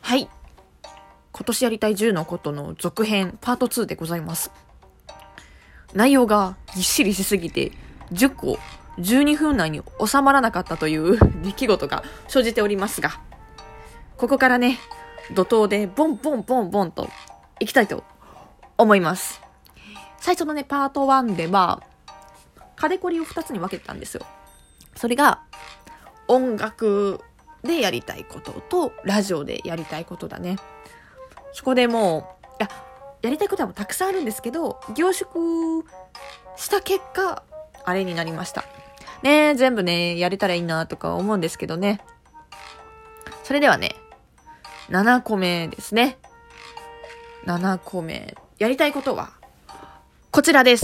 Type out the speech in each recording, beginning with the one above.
はい。今年やりたい10のことの続編パート2でございます。内容がぎっしりしすぎて10個12分内に収まらなかったという出来事が生じておりますが、ここからね、怒涛でボンボンボンボンといきたいと思います。最初のね、パート1ではカテゴリーを2つに分けてたんですよ。それが音楽でやりたいこととラジオでやりたいことだね。そこでもうやりたいことはもうたくさんあるんですけど、凝縮した結果あれになりましたね。全部ねやれたらいいなとか思うんですけどね。それではね、7個目ですね。7個目やりたいことはこちらです。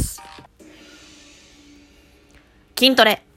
筋トレ。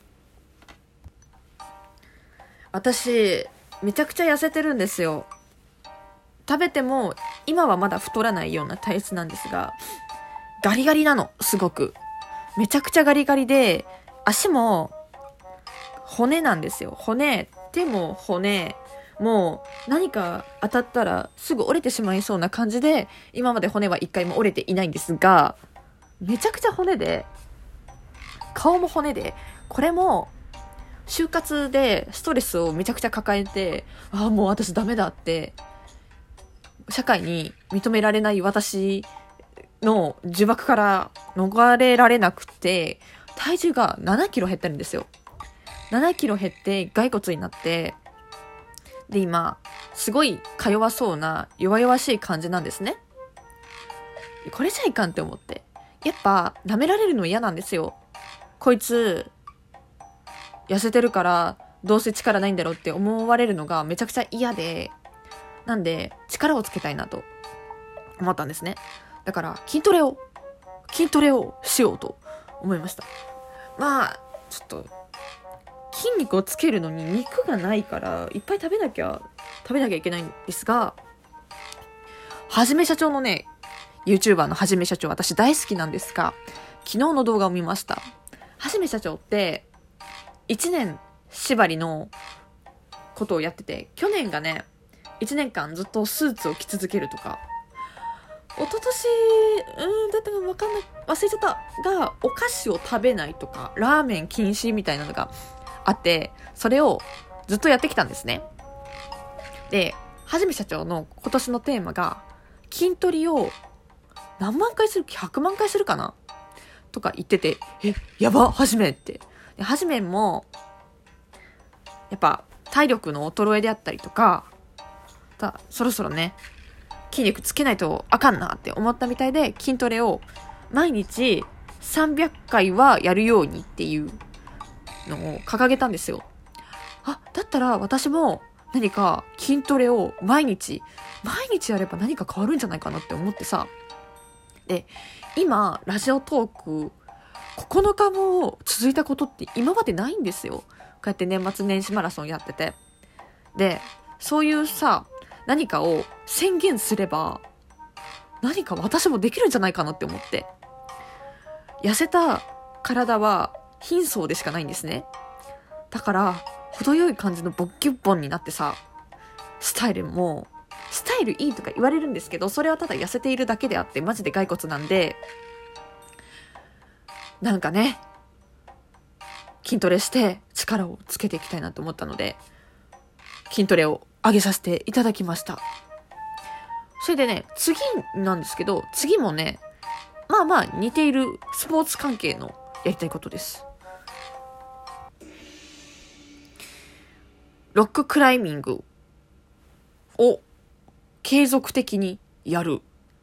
私めちゃくちゃ痩せてるんですよ。食べても今はまだ太らないような体質なんですが、ガリガリなの。すごくめちゃくちゃガリガリで、足も骨なんですよ。手も骨、もう何か当たったらすぐ折れてしまいそうな感じで、今まで骨は一回も折れていないんですが、めちゃくちゃ骨で、顔も骨で、これも就活でストレスをめちゃくちゃ抱えて、もう私ダメだって社会に認められない私の呪縛から逃れられなくて、体重が7キロ減ってるんですよ。7キロ減って骸骨になって、で今すごいか弱そうな弱々しい感じなんですね。これじゃいかんって思って、やっぱ舐められるの嫌なんですよ。こいつ痩せてるからどうせ力ないんだろうって思われるのがめちゃくちゃ嫌で、なんで力をつけたいなと思ったんですね。だから筋トレをしようと思いました。ちょっと筋肉をつけるのに肉がないからいっぱい食べなきゃいけないんですが、はじめ社長のね、 YouTuber のはじめ社長、私大好きなんですが、昨日の動画を見ました。はじめ社長って1年縛りのことをやってて、去年がね1年間ずっとスーツを着続けるとか、一昨年だったか分かんない、忘れちゃったが、お菓子を食べないとかラーメン禁止みたいなのがあって、それをずっとやってきたんですね。で、はじめ社長の今年のテーマが筋トレを何万回する、100万回するかなとか言ってて、やばはじめって。はじめもやっぱ体力の衰えであったりとか、そろそろね筋肉つけないとあかんなって思ったみたいで、筋トレを毎日300回はやるようにっていうのを掲げたんですよ。だったら私も何か筋トレを毎日やれば何か変わるんじゃないかなって思ってさ。で、今ラジオトーク9日も続いたことって今までないんですよ。こうやって年末年始マラソンやってて、でそういうさ、何かを宣言すれば何か私もできるんじゃないかなって思って。痩せた体は貧相でしかないんですね。だから程よい感じのボッキュッボンになってさ、スタイルいいとか言われるんですけど、それはただ痩せているだけであってマジで骸骨なんで、なんかね筋トレして力をつけていきたいなと思ったので、筋トレを上げさせていただきました。それでね、次なんですけど、次もね似ているスポーツ関係のやりたいことです。ロッククライミングを継続的にやる。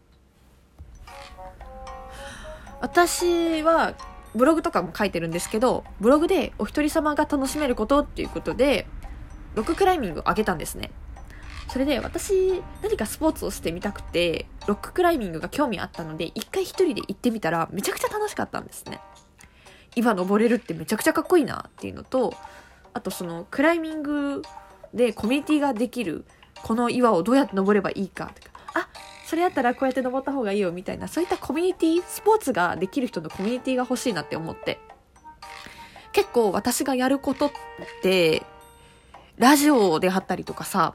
私はブログとかも書いてるんですけど、ブログでお一人様が楽しめることっていうことでロッククライミングを上げたんですね。それで私何かスポーツをしてみたくて、ロッククライミングが興味あったので一回一人で行ってみたらめちゃくちゃ楽しかったんですね。今登れるってめちゃくちゃかっこいいなっていうのと、あとそのクライミングでコミュニティができる、この岩をどうやって登ればいいかとか、それやったらこうやって登った方がいいよみたいな、そういったコミュニティ、スポーツができる人のコミュニティが欲しいなって思って、結構私がやることってラジオであったりとかさ、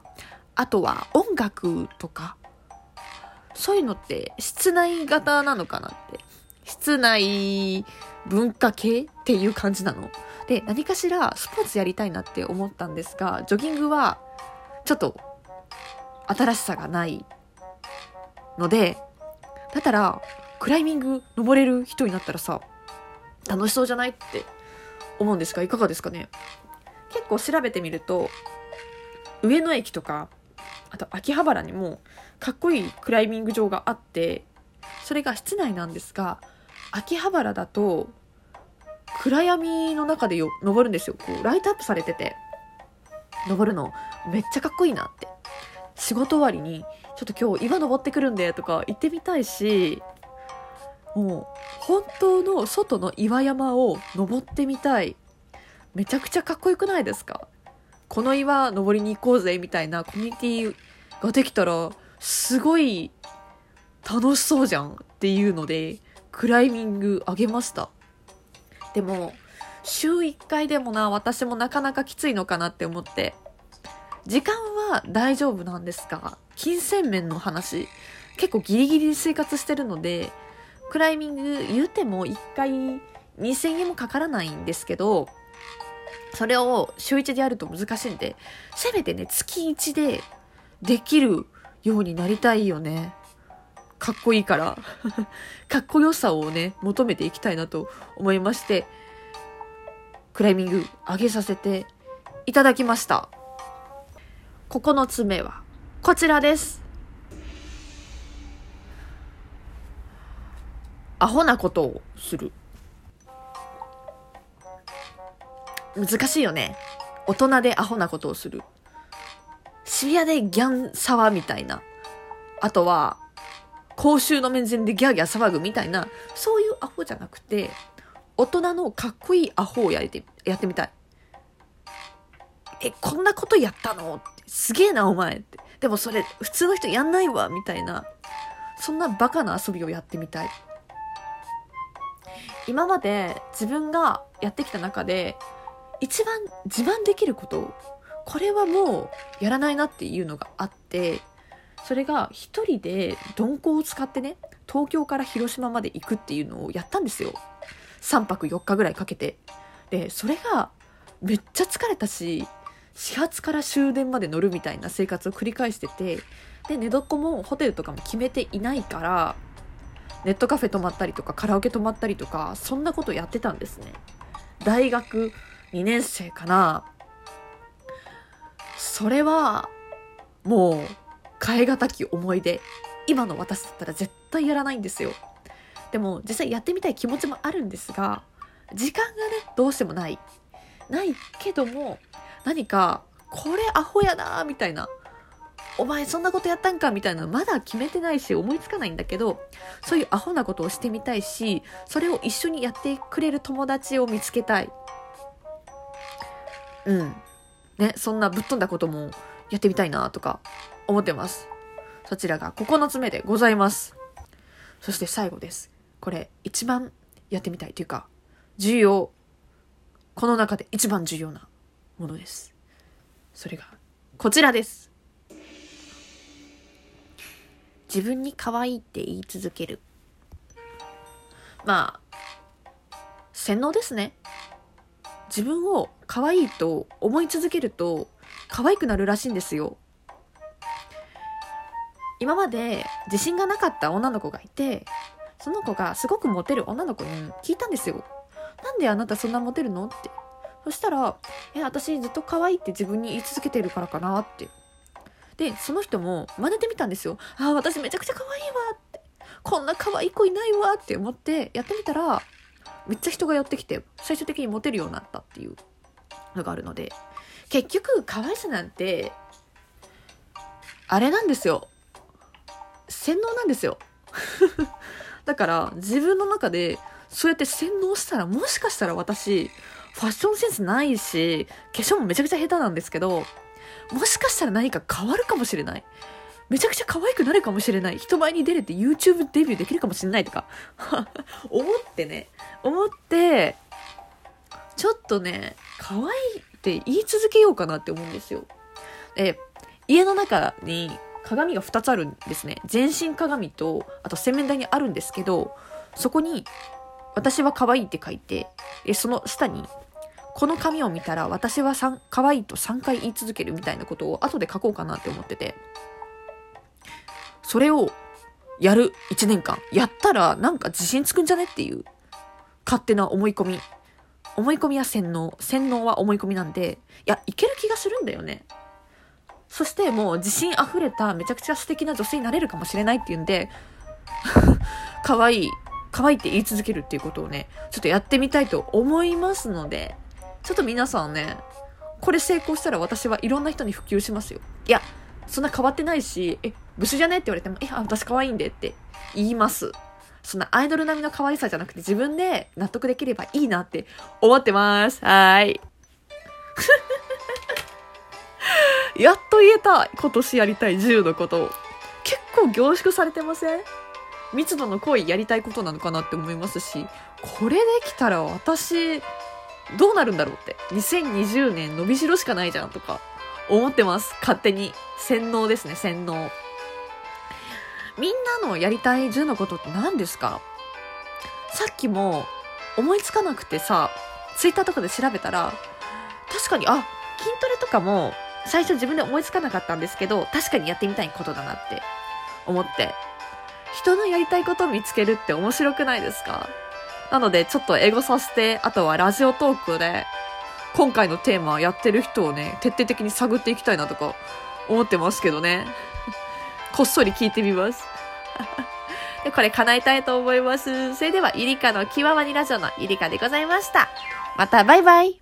あとは音楽とか、そういうのって室内型なのかなって。室内文化系っていう感じなの。で、何かしらスポーツやりたいなって思ったんですが、ジョギングはちょっと新しさがないので、だったらクライミング登れる人になったらさ、楽しそうじゃないって思うんですが、いかがですかね。結構調べてみると、上野駅とか、あと秋葉原にもかっこいいクライミング場があって、それが室内なんですが、秋葉原だと暗闇の中で登るんですよ。こうライトアップされてて、登るのめっちゃかっこいいなって。仕事終わりにちょっと今日岩登ってくるんでとか言ってみたいし、もう本当の外の岩山を登ってみたい。めちゃくちゃかっこよくないですか？この岩登りに行こうぜみたいなコミュニティができたらすごい楽しそうじゃんっていうので、クライミングあげました。でも週1回でもな、私もなかなかきついのかなって思って、時間は大丈夫なんですが、金銭面の話、結構ギリギリ生活してるので、クライミング言うても1回2000円もかからないんですけど、それを週1でやると難しいんで、せめてね、月1でできるようになりたいよね。かっこいいからかっこよさをね、求めていきたいなと思いまして、クライミング上げさせていただきました。9つ目はこちらです。アホなことをする。難しいよね。大人でアホなことをする。渋谷でギャン騒みたいな。あとは公衆の面前でギャーギャー騒ぐみたいな、そういうアホじゃなくて、大人のかっこいいアホをやってみたい。こんなことやったのって、すげえなお前って。でもそれ普通の人やんないわみたいな、そんなバカな遊びをやってみたい。今まで自分がやってきた中で一番自慢できること、これはもうやらないなっていうのがあって、それが一人で鈍行を使ってね、東京から広島まで行くっていうのをやったんですよ。3泊4日ぐらいかけて。で、それがめっちゃ疲れたし、始発から終電まで乗るみたいな生活を繰り返してて、で、寝床もホテルとかも決めていないから、ネットカフェ泊まったりとかカラオケ泊まったりとか、そんなことやってたんですね。大学2年生かな。それはもう変え難き思い出。今の私だったら絶対やらないんですよ。でも実際やってみたい気持ちもあるんですが、時間がね、どうしてもないけども、何かこれアホやなみたいな、お前そんなことやったんかみたいなのまだ決めてないし思いつかないんだけど、そういうアホなことをしてみたいし、それを一緒にやってくれる友達を見つけたい。ね、そんなぶっ飛んだこともやってみたいなとか思ってます。そちらが9つ目でございます。そして最後です。これ一番やってみたいというか重要、この中で一番重要なものです。それがこちらです。自分に可愛いって言い続ける。まあ洗脳ですね。自分を可愛いと思い続けると可愛くなるらしいんですよ。今まで自信がなかった女の子がいて、その子がすごくモテる女の子に聞いたんですよ。なんであなたそんなモテるのって。そしたら、私ずっと可愛いって自分に言い続けてるからかなって。で、その人も真似てみたんですよ。私めちゃくちゃ可愛いわって。こんな可愛い子いないわって思ってやってみたら、めっちゃ人が寄ってきて、最終的にモテるようになったっていうのがあるので、結局可愛さなんて、あれなんですよ。洗脳なんですよ。だから自分の中でそうやって洗脳したら、もしかしたら私ファッションセンスないし化粧もめちゃくちゃ下手なんですけど、もしかしたら何か変わるかもしれない、めちゃくちゃ可愛くなるかもしれない、人前に出れて YouTube デビューできるかもしれないとか思ってちょっとね、可愛いって言い続けようかなって思うんですよ。 家の中に鏡が2つあるんですね。全身鏡と、あと洗面台にあるんですけど、そこに、私は可愛いって書いて、その下に、この紙を見たら私は可愛いと3回言い続けるみたいなことを後で書こうかなって思ってて、それをやる1年間。やったらなんか自信つくんじゃねっていう勝手な思い込み。思い込みは洗脳。洗脳は思い込みなんで、いける気がするんだよね。そしてもう自信あふれためちゃくちゃ素敵な女性になれるかもしれないっていうんで、可愛いって言い続けるっていうことをね、ちょっとやってみたいと思いますので、ちょっと皆さんね、これ成功したら私はいろんな人に普及しますよ。いや、そんな変わってないし、ブスじゃねって言われても、私可愛いんでって言います。そんなアイドル並みの可愛さじゃなくて自分で納得できればいいなって思ってます。はーい。やっと言えた。今年やりたい10のことを。結構凝縮されてません？密度の濃いやりたいことなのかなって思いますし、これできたら私、どうなるんだろうって。2020年伸びしろしかないじゃんとか思ってます。勝手に。洗脳ですね、洗脳。みんなのやりたい10のことって何ですか？さっきも思いつかなくてさ、ツイッターとかで調べたら、確かに、筋トレとかも最初自分で思いつかなかったんですけど、確かにやってみたいことだなって思って、人のやりたいことを見つけるって面白くないですか？なのでちょっとエゴさせて、あとはラジオトークで今回のテーマやってる人をね、徹底的に探っていきたいなとか思ってますけどね。こっそり聞いてみます。で、これ叶えたいと思います。それではゆりかの気ままにラジオのゆりかでございました。またバイバイ。